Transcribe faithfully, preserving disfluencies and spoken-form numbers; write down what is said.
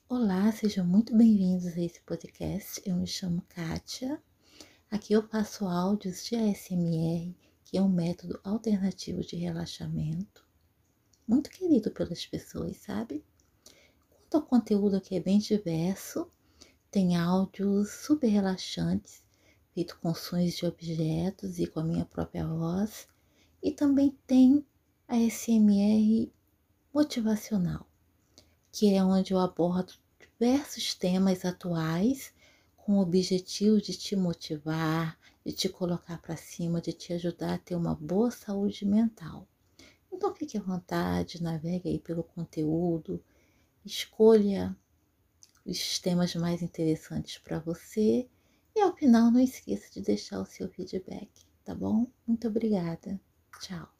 Olá, sejam muito bem-vindos a esse podcast. Eu me chamo Kátia. Aqui eu faço áudios de A S M R, que é um método alternativo de relaxamento, muito querido pelas pessoas, sabe? Quanto ao conteúdo aqui é bem diverso, tem áudios super relaxantes, feito com sons de objetos e com a minha própria voz, e também tem A S M R motivacional, que é onde eu abordo diversos temas atuais com o objetivo de te motivar, de te colocar para cima, de te ajudar a ter uma boa saúde mental. Então fique à vontade, navegue aí pelo conteúdo, escolha os temas mais interessantes para você e ao final não esqueça de deixar o seu feedback, tá bom? Muito obrigada. Tchau.